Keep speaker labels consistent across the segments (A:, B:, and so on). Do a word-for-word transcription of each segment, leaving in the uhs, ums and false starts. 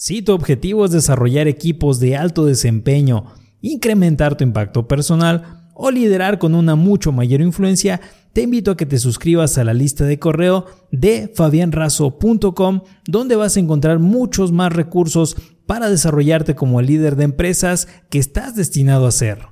A: Si tu objetivo es desarrollar equipos de alto desempeño, incrementar tu impacto personal o liderar con una mucho mayor influencia, te invito a que te suscribas a la lista de correo de fabian razo punto com, donde vas a encontrar muchos más recursos para desarrollarte como el líder de empresas que estás destinado a ser.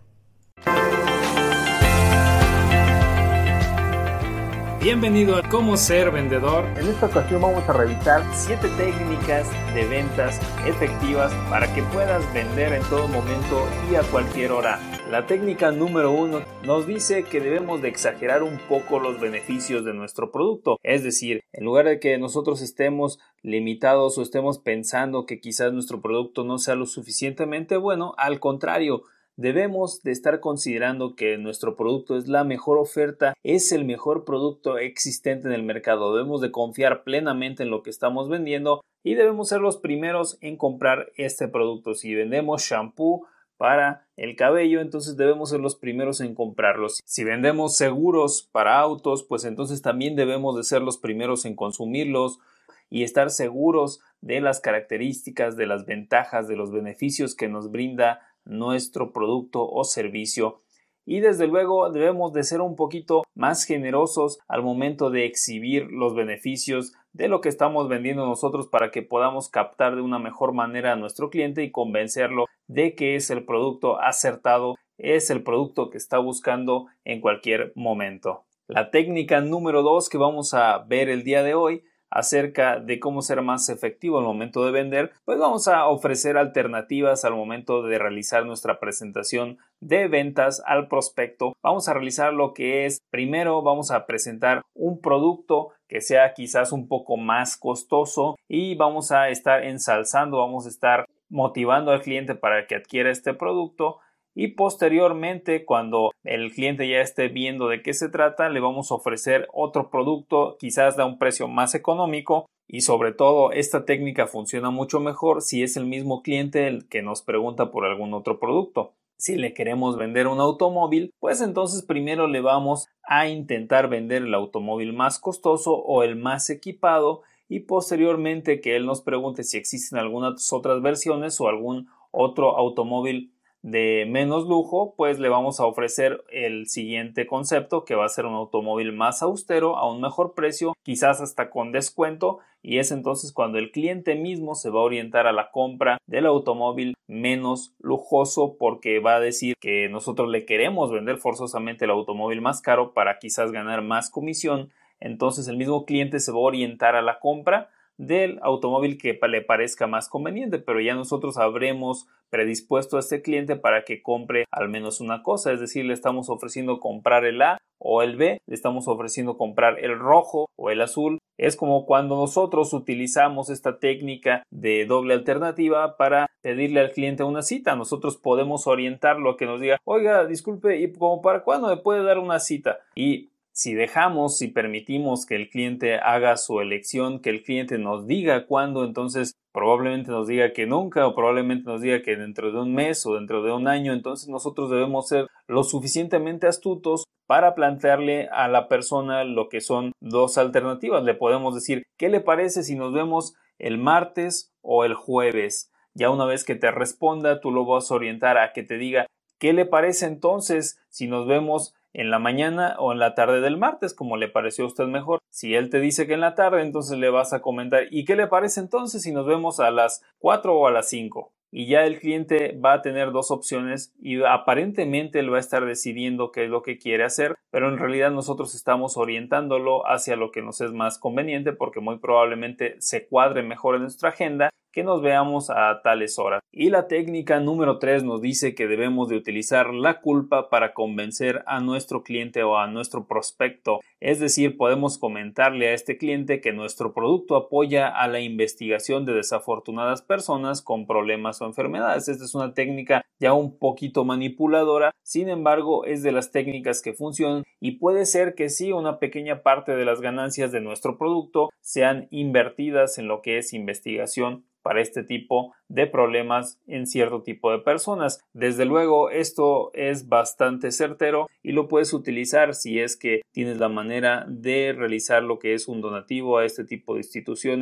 A: Bienvenido a Cómo Ser Vendedor.
B: En esta ocasión vamos a revisar siete técnicas de ventas efectivas para que puedas vender en todo momento y a cualquier hora. La técnica número uno nos dice que debemos de exagerar un poco los beneficios de nuestro producto. Es decir, en lugar de que nosotros estemos limitados o estemos pensando que quizás nuestro producto no sea lo suficientemente bueno, al contrario, debemos de estar considerando que nuestro producto es la mejor oferta, es el mejor producto existente en el mercado. Debemos de confiar plenamente en lo que estamos vendiendo y debemos ser los primeros en comprar este producto. Si vendemos shampoo para el cabello, entonces debemos ser los primeros en comprarlos. Si vendemos seguros para autos, pues entonces también debemos de ser los primeros en consumirlos y estar seguros de las características, de las ventajas, de los beneficios que nos brinda nuestro producto o servicio. Y desde luego debemos de ser un poquito más generosos al momento de exhibir los beneficios de lo que estamos vendiendo nosotros para que podamos captar de una mejor manera a nuestro cliente y convencerlo de que es el producto acertado, es el producto que está buscando en cualquier momento. La técnica número dos que vamos a ver el día de hoy acerca de cómo ser más efectivo al momento de vender, pues vamos a ofrecer alternativas al momento de realizar nuestra presentación de ventas al prospecto. Vamos a realizar lo que es, primero vamos a presentar un producto que sea quizás un poco más costoso y vamos a estar ensalzando, vamos a estar motivando al cliente para que adquiera este producto. Y posteriormente, cuando el cliente ya esté viendo de qué se trata, le vamos a ofrecer otro producto, quizás a un precio más económico. Y sobre todo, esta técnica funciona mucho mejor si es el mismo cliente el que nos pregunta por algún otro producto. Si le queremos vender un automóvil, pues entonces primero le vamos a intentar vender el automóvil más costoso o el más equipado y posteriormente que él nos pregunte si existen algunas otras versiones o algún otro automóvil de menos lujo, pues le vamos a ofrecer el siguiente concepto que va a ser un automóvil más austero a un mejor precio, quizás hasta con descuento, y es entonces cuando el cliente mismo se va a orientar a la compra del automóvil menos lujoso porque va a decir que nosotros le queremos vender forzosamente el automóvil más caro para quizás ganar más comisión. Entonces el mismo cliente se va a orientar a la compra del automóvil que le parezca más conveniente, pero ya nosotros habremos predispuesto a este cliente para que compre al menos una cosa, es decir, le estamos ofreciendo comprar el A o el B, le estamos ofreciendo comprar el rojo o el azul. Es como cuando nosotros utilizamos esta técnica de doble alternativa para pedirle al cliente una cita. Nosotros podemos orientarlo a que nos diga, oiga, disculpe, ¿y como para cuándo me puede dar una cita? Y si dejamos, si permitimos que el cliente haga su elección, que el cliente nos diga cuándo, entonces probablemente nos diga que nunca o probablemente nos diga que dentro de un mes o dentro de un año. Entonces nosotros debemos ser lo suficientemente astutos para plantearle a la persona lo que son dos alternativas. Le podemos decir, ¿qué le parece si nos vemos el martes o el jueves? Ya una vez que te responda, tú lo vas a orientar a que te diga, ¿qué le parece entonces si nos vemos en la mañana o en la tarde del martes, como le pareció a usted mejor? Si él te dice que en la tarde, entonces le vas a comentar, ¿y qué le parece entonces si nos vemos a las cuatro o a las cinco? Y ya el cliente va a tener dos opciones y aparentemente él va a estar decidiendo qué es lo que quiere hacer, pero en realidad nosotros estamos orientándolo hacia lo que nos es más conveniente porque muy probablemente se cuadre mejor en nuestra agenda que nos veamos a tales horas. Y la técnica número tres nos dice que debemos de utilizar la culpa para convencer a nuestro cliente o a nuestro prospecto. Es decir, podemos comentarle a este cliente que nuestro producto apoya a la investigación de desafortunadas personas con problemas o enfermedades. Esta es una técnica ya un poquito manipuladora, sin embargo es de las técnicas que funcionan y puede ser que sí una pequeña parte de las ganancias de nuestro producto sean invertidas en lo que es investigación para este tipo de problemas en cierto tipo de personas. Desde luego esto es bastante certero y lo puedes utilizar si es que tienes la manera de realizar lo que es un donativo a este tipo de instituciones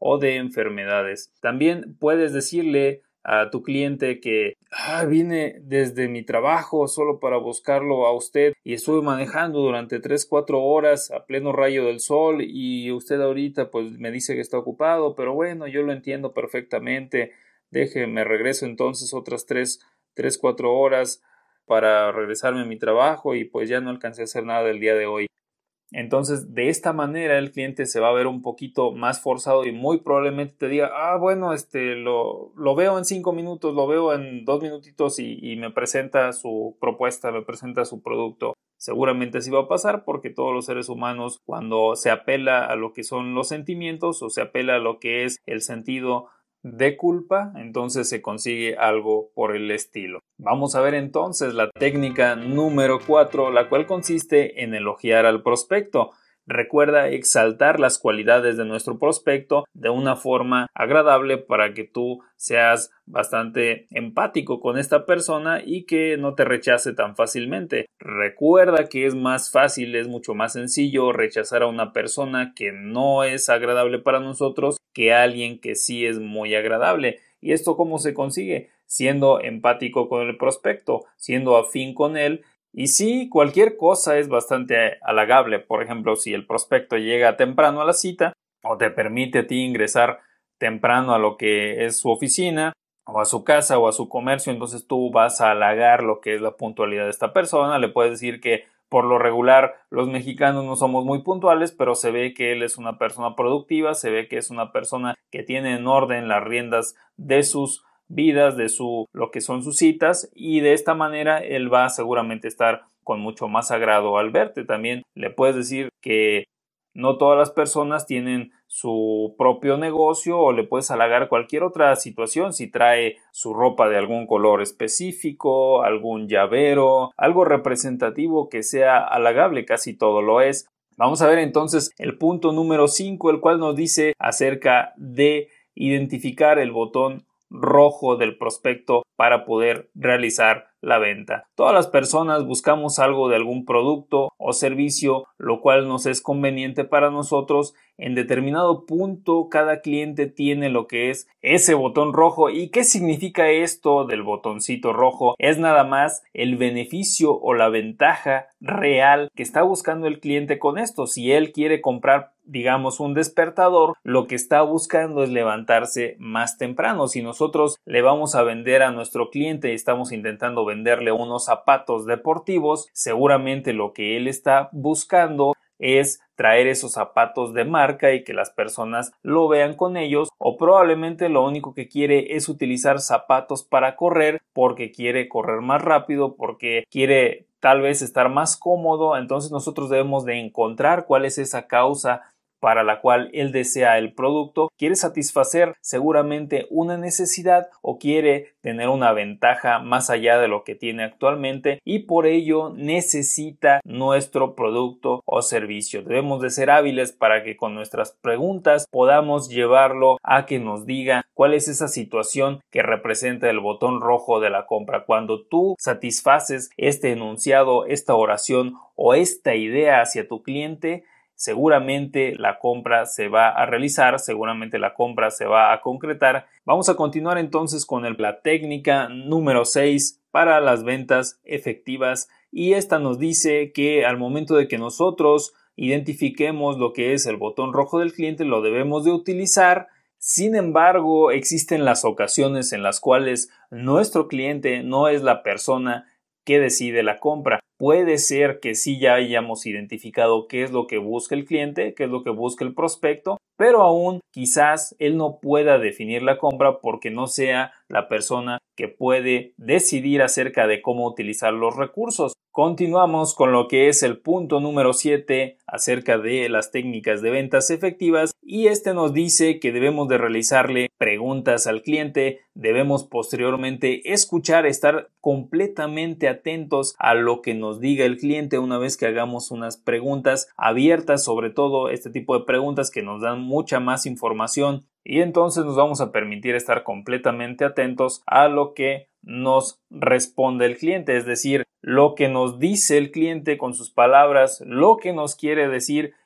B: o de enfermedades. También puedes decirle a tu cliente que ah, vine desde mi trabajo solo para buscarlo a usted y estuve manejando durante tres cuatro horas a pleno rayo del sol y usted ahorita pues me dice que está ocupado, pero bueno, yo lo entiendo perfectamente. Déjeme, regreso entonces otras tres cuatro horas para regresarme a mi trabajo y pues ya no alcancé a hacer nada el día de hoy. Entonces, de esta manera el cliente se va a ver un poquito más forzado y muy probablemente te diga, ah, bueno, este, lo, lo veo en cinco minutos, lo veo en dos minutitos y, y me presenta su propuesta, me presenta su producto. Seguramente así va a pasar porque todos los seres humanos, cuando se apela a lo que son los sentimientos o se apela a lo que es el sentido de culpa, entonces se consigue algo por el estilo. Vamos a ver entonces la técnica número cuatro, la cual consiste en elogiar al prospecto. Recuerda exaltar las cualidades de nuestro prospecto de una forma agradable para que tú seas bastante empático con esta persona y que no te rechace tan fácilmente. Recuerda que es más fácil, es mucho más sencillo rechazar a una persona que no es agradable para nosotros que a alguien que sí es muy agradable. ¿Y esto cómo se consigue? Siendo empático con el prospecto, siendo afín con él. Y sí, cualquier cosa es bastante halagable. Por ejemplo, si el prospecto llega temprano a la cita o te permite a ti ingresar temprano a lo que es su oficina o a su casa o a su comercio, entonces tú vas a halagar lo que es la puntualidad de esta persona. Le puedes decir que por lo regular los mexicanos no somos muy puntuales, pero se ve que él es una persona productiva, se ve que es una persona que tiene en orden las riendas de sus vidas, de su lo que son sus citas, y de esta manera él va a seguramente estar con mucho más agrado al verte. También le puedes decir que no todas las personas tienen su propio negocio o le puedes halagar cualquier otra situación si trae su ropa de algún color específico, algún llavero, algo representativo que sea halagable, casi todo lo es. Vamos a ver entonces el punto número cinco, el cual nos dice acerca de identificar el botón rojo del prospecto para poder realizar la venta. Todas las personas buscamos algo de algún producto o servicio, lo cual nos es conveniente para nosotros. En determinado punto, cada cliente tiene lo que es ese botón rojo. ¿Y qué significa esto del botoncito rojo? Es nada más el beneficio o la ventaja real que está buscando el cliente con esto. Si él quiere comprar, digamos, un despertador, lo que está buscando es levantarse más temprano. Si nosotros le vamos a vender a nuestro cliente y estamos intentando venderle unos zapatos deportivos, seguramente lo que él está buscando es traer esos zapatos de marca y que las personas lo vean con ellos, o probablemente lo único que quiere es utilizar zapatos para correr porque quiere correr más rápido, porque quiere tal vez estar más cómodo. Entonces nosotros debemos de encontrar cuál es esa causa para la cual él desea el producto. Quiere satisfacer seguramente una necesidad o quiere tener una ventaja más allá de lo que tiene actualmente y por ello necesita nuestro producto o servicio. Debemos de ser hábiles para que con nuestras preguntas podamos llevarlo a que nos diga cuál es esa situación que representa el botón rojo de la compra. Cuando tú satisfaces este enunciado, esta oración o esta idea hacia tu cliente, seguramente la compra se va a realizar, seguramente la compra se va a concretar. Vamos a continuar entonces con el, la técnica número seis para las ventas efectivas, y esta nos dice que al momento de que nosotros identifiquemos lo que es el botón rojo del cliente, lo debemos de utilizar. Sin embargo, existen las ocasiones en las cuales nuestro cliente no es la persona que decide la compra. Puede ser que sí ya hayamos identificado qué es lo que busca el cliente, qué es lo que busca el prospecto, pero aún quizás él no pueda definir la compra porque no sea la persona que puede decidir acerca de cómo utilizar los recursos. Continuamos con lo que es el punto número siete acerca de las técnicas de ventas efectivas, y este nos dice que debemos de realizarle preguntas al cliente, debemos posteriormente escuchar, estar completamente atentos a lo que nos diga el cliente una vez que hagamos unas preguntas abiertas, sobre todo este tipo de preguntas que nos dan mucha más información, y entonces nos vamos a permitir estar completamente atentos a lo que nos responde el cliente, es decir, lo que nos dice el cliente con sus palabras, lo que nos quiere decir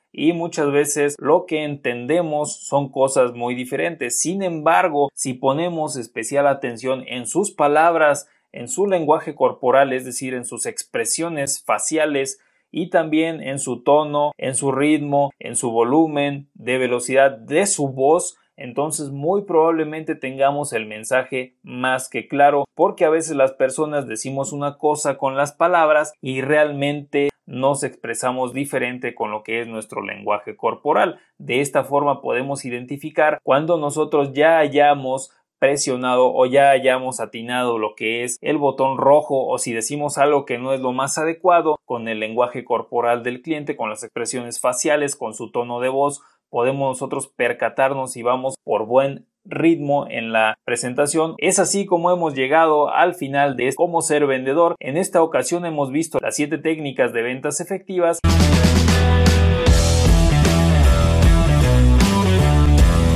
B: y muchas veces lo que entendemos son cosas muy diferentes. Sin embargo, si ponemos especial atención en sus palabras, en su lenguaje corporal, es decir, en sus expresiones faciales y también en su tono, en su ritmo, en su volumen de velocidad de su voz, entonces muy probablemente tengamos el mensaje más que claro, porque a veces las personas decimos una cosa con las palabras y realmente nos expresamos diferente con lo que es nuestro lenguaje corporal. De esta forma podemos identificar cuando nosotros ya hayamos presionado o ya hayamos atinado lo que es el botón rojo, o si decimos algo que no es lo más adecuado con el lenguaje corporal del cliente, con las expresiones faciales, con su tono de voz, podemos nosotros percatarnos si vamos por buen ritmo en la presentación. Es así como hemos llegado al final de cómo ser vendedor. En esta ocasión hemos visto las siete técnicas de ventas efectivas.